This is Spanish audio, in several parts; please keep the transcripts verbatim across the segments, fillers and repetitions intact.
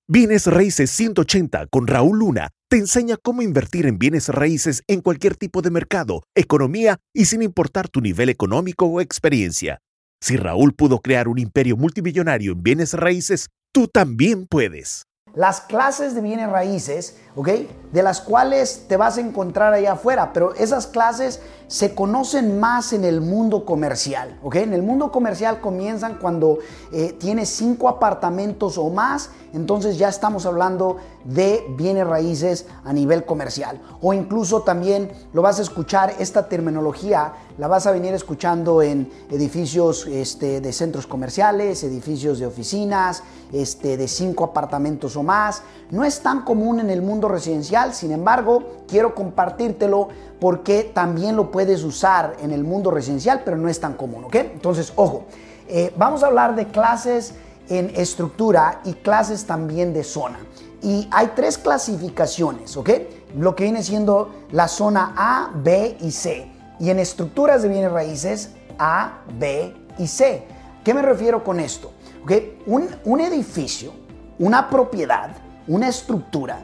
Bienes Raíces ciento ochenta con Raúl Luna te enseña cómo invertir en bienes raíces en cualquier tipo de mercado, economía y sin importar tu nivel económico o experiencia. Si Raúl pudo crear un imperio multimillonario en bienes raíces, tú también puedes. Las clases de bienes raíces, ¿ok? De las cuales te vas a encontrar allá afuera, pero esas clases se conocen más en el mundo comercial, ¿ok? En el mundo comercial comienzan cuando eh, tienes cinco apartamentos o más, entonces ya estamos hablando de bienes raíces a nivel comercial. O incluso también lo vas a escuchar, esta terminología la vas a venir escuchando en edificios este, de centros comerciales, edificios de oficinas, este, de cinco apartamentos o más. No es tan común en el mundo residencial, sin embargo, quiero compartírtelo porque también lo puedes usar en el mundo residencial, pero no es tan común, ¿ok? Entonces, ojo, eh, vamos a hablar de clases en estructura y clases también de zona. Y hay tres clasificaciones, ¿ok? Lo que viene siendo la zona A, B y C. Y en estructuras de bienes raíces, A, B y C. ¿Qué me refiero con esto? ¿Okay? Un, un edificio, una propiedad, una estructura,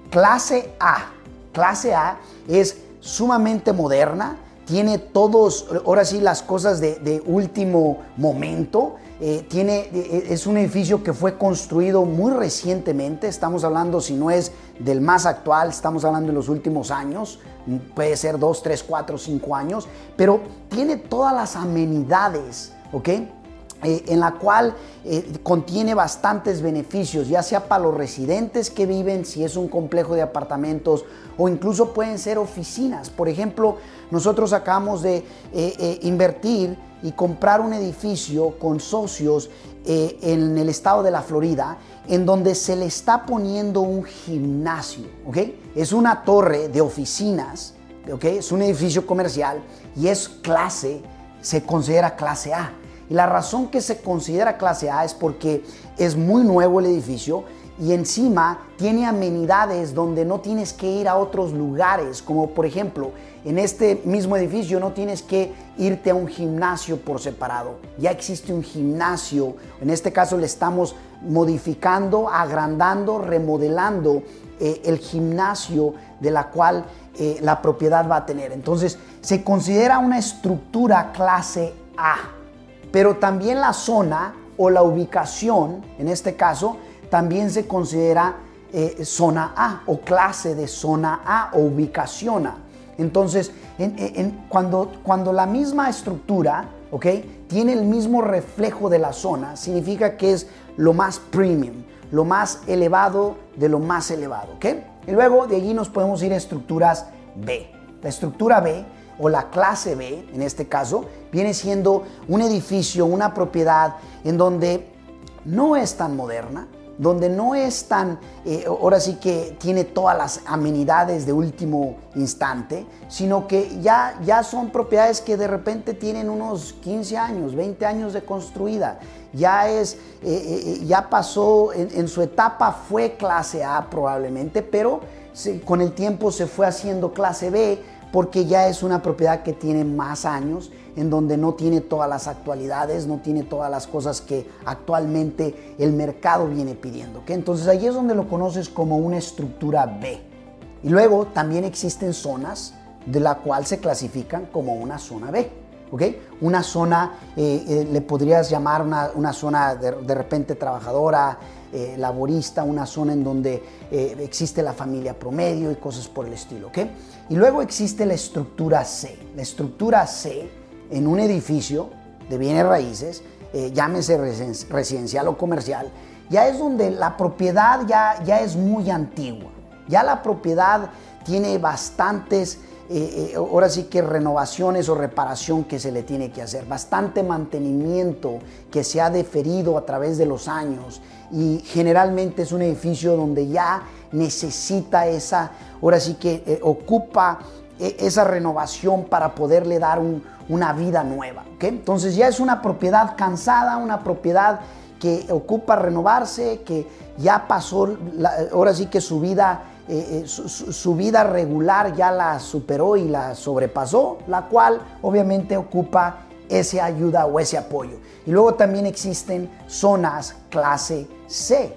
clase A. Clase A es sumamente moderna, tiene todos, ahora sí, las cosas de, de último momento. Eh, tiene, eh, es un edificio que fue construido muy recientemente, estamos hablando, si no es del más actual, estamos hablando de los últimos años, puede ser dos, tres, cuatro, cinco años, pero tiene todas las amenidades, ¿ok? Eh, en la cual eh, contiene bastantes beneficios, ya sea para los residentes que viven, si es un complejo de apartamentos, o incluso pueden ser oficinas. Por ejemplo, nosotros acabamos de eh, eh, invertir y comprar un edificio con socios eh, en el estado de la Florida, en donde se le está poniendo un gimnasio, ¿ok? Es una torre de oficinas, ¿ok? Es un edificio comercial y es clase, se considera clase A. Y la razón que se considera clase A es porque es muy nuevo el edificio y encima tiene amenidades donde no tienes que ir a otros lugares, como por ejemplo, en este mismo edificio no tienes que irte a un gimnasio por separado. Ya existe un gimnasio, en este caso le estamos modificando, agrandando, remodelando eh, el gimnasio de la cual eh, la propiedad va a tener. Entonces se considera una estructura clase A. Pero también la zona o la ubicación, en este caso, también se considera eh, zona A o clase de zona A o ubicación A. Entonces, en, en, cuando, cuando la misma estructura, ¿ok?, tiene el mismo reflejo de la zona, significa que es lo más premium, lo más elevado de lo más elevado, ¿ok? Y luego de allí nos podemos ir a estructuras B. La estructura B o la clase B, en este caso, viene siendo un edificio, una propiedad en donde no es tan moderna, donde no es tan, eh, ahora sí que tiene todas las amenidades de último instante, sino que ya, ya son propiedades que de repente tienen unos quince años, veinte años de construida. Ya es, eh, eh, ya pasó, en, en su etapa fue clase A probablemente, pero se, con el tiempo se fue haciendo clase B, porque ya es una propiedad que tiene más años, en donde no tiene todas las actualidades, no tiene todas las cosas que actualmente el mercado viene pidiendo, ¿okay? Entonces ahí es donde lo conoces como una estructura B. Y luego también existen zonas de la cual se clasifican como una zona B, ¿ok? Una zona, eh, eh, le podrías llamar una, una zona de, de repente trabajadora, eh, laborista, una zona en donde eh, existe la familia promedio y cosas por el estilo, ¿ok? Y luego existe la estructura C. La estructura C en un edificio de bienes raíces, eh, llámese residencial o comercial, ya es donde la propiedad ya, ya es muy antigua. Ya la propiedad tiene bastantes, eh, eh, ahora sí que renovaciones o reparación que se le tiene que hacer, bastante mantenimiento que se ha deferido a través de los años y generalmente es un edificio donde ya necesita esa, ahora sí que eh, ocupa eh, esa renovación para poderle dar un, una vida nueva, ¿okay? Entonces ya es una propiedad cansada, una propiedad que ocupa renovarse, que ya pasó, la, ahora sí que su vida, eh, su, su vida regular ya la superó y la sobrepasó, la cual obviamente ocupa esa ayuda o ese apoyo. Y luego también existen zonas clase C.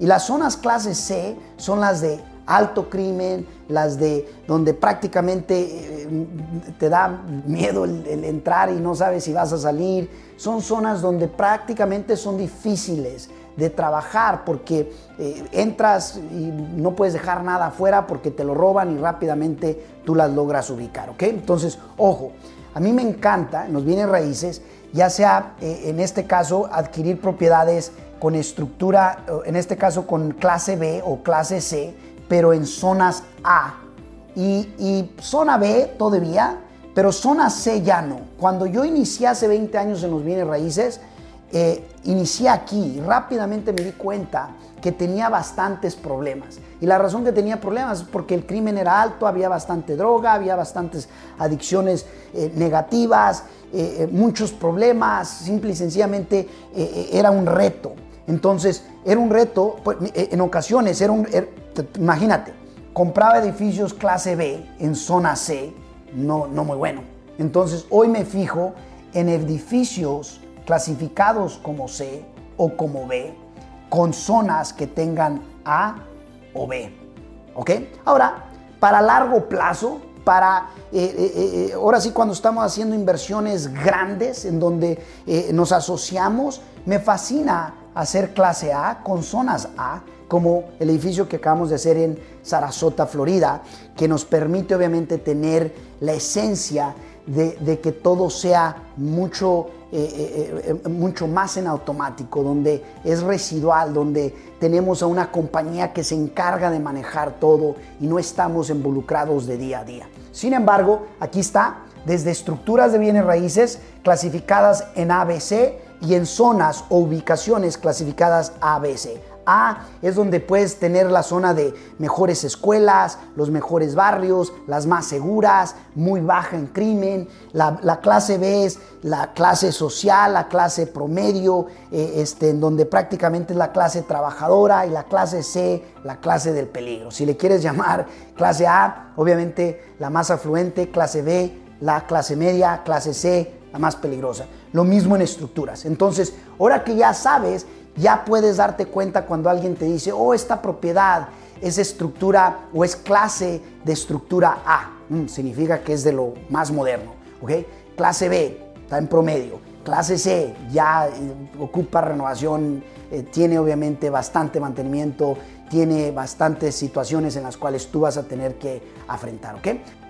Y las zonas clase C son las de alto crimen, las de donde prácticamente eh, te da miedo el, el entrar y no sabes si vas a salir. Son zonas donde prácticamente son difíciles de trabajar porque eh, entras y no puedes dejar nada afuera porque te lo roban y rápidamente tú las logras ubicar, ¿ok? Entonces, ojo, a mí me encanta en los bienes raíces, ya sea eh, en este caso adquirir propiedades con estructura, en este caso con clase B o clase C, pero en zonas A. Y, y zona B todavía, pero zona C ya no. Cuando yo inicié hace veinte años en los bienes raíces, eh, inicié aquí y rápidamente me di cuenta que tenía bastantes problemas. Y la razón que tenía problemas es porque el crimen era alto, había bastante droga, había bastantes adicciones eh, negativas, eh, muchos problemas, simple y sencillamente eh, era un reto. Entonces, era un reto, pues, en ocasiones, era un, era, imagínate, compraba edificios clase B en zona C, no, no muy bueno. Entonces, hoy me fijo en edificios clasificados como C o como B, con zonas que tengan A o B, ¿ok? Ahora, para largo plazo, para, eh, eh, eh, ahora sí cuando estamos haciendo inversiones grandes en donde eh, nos asociamos, me fascina hacer clase A con zonas A, como el edificio que acabamos de hacer en Sarasota, Florida, que nos permite obviamente tener la esencia de, de que todo sea mucho, eh, eh, mucho más en automático, donde es residual, donde tenemos a una compañía que se encarga de manejar todo y no estamos involucrados de día a día. Sin embargo, aquí está, desde estructuras de bienes raíces clasificadas en A B C y en zonas o ubicaciones clasificadas A B C. A es donde puedes tener la zona de mejores escuelas, los mejores barrios, las más seguras, muy baja en crimen. La, la clase B es la clase social, la clase promedio, eh, este, en donde prácticamente es la clase trabajadora, y la clase C, la clase del peligro. Si le quieres llamar clase A, obviamente la más afluente, clase B, la clase media, clase C, la más peligrosa. Lo mismo en estructuras. Entonces, ahora que ya sabes, ya puedes darte cuenta cuando alguien te dice, oh, esta propiedad es estructura o es clase de estructura A. Mm, significa que es de lo más moderno, ¿ok? Clase B, está en promedio. Clase C, ya eh, ocupa renovación, eh, tiene obviamente bastante mantenimiento, tiene bastantes situaciones en las cuales tú vas a tener que afrontar, ¿ok?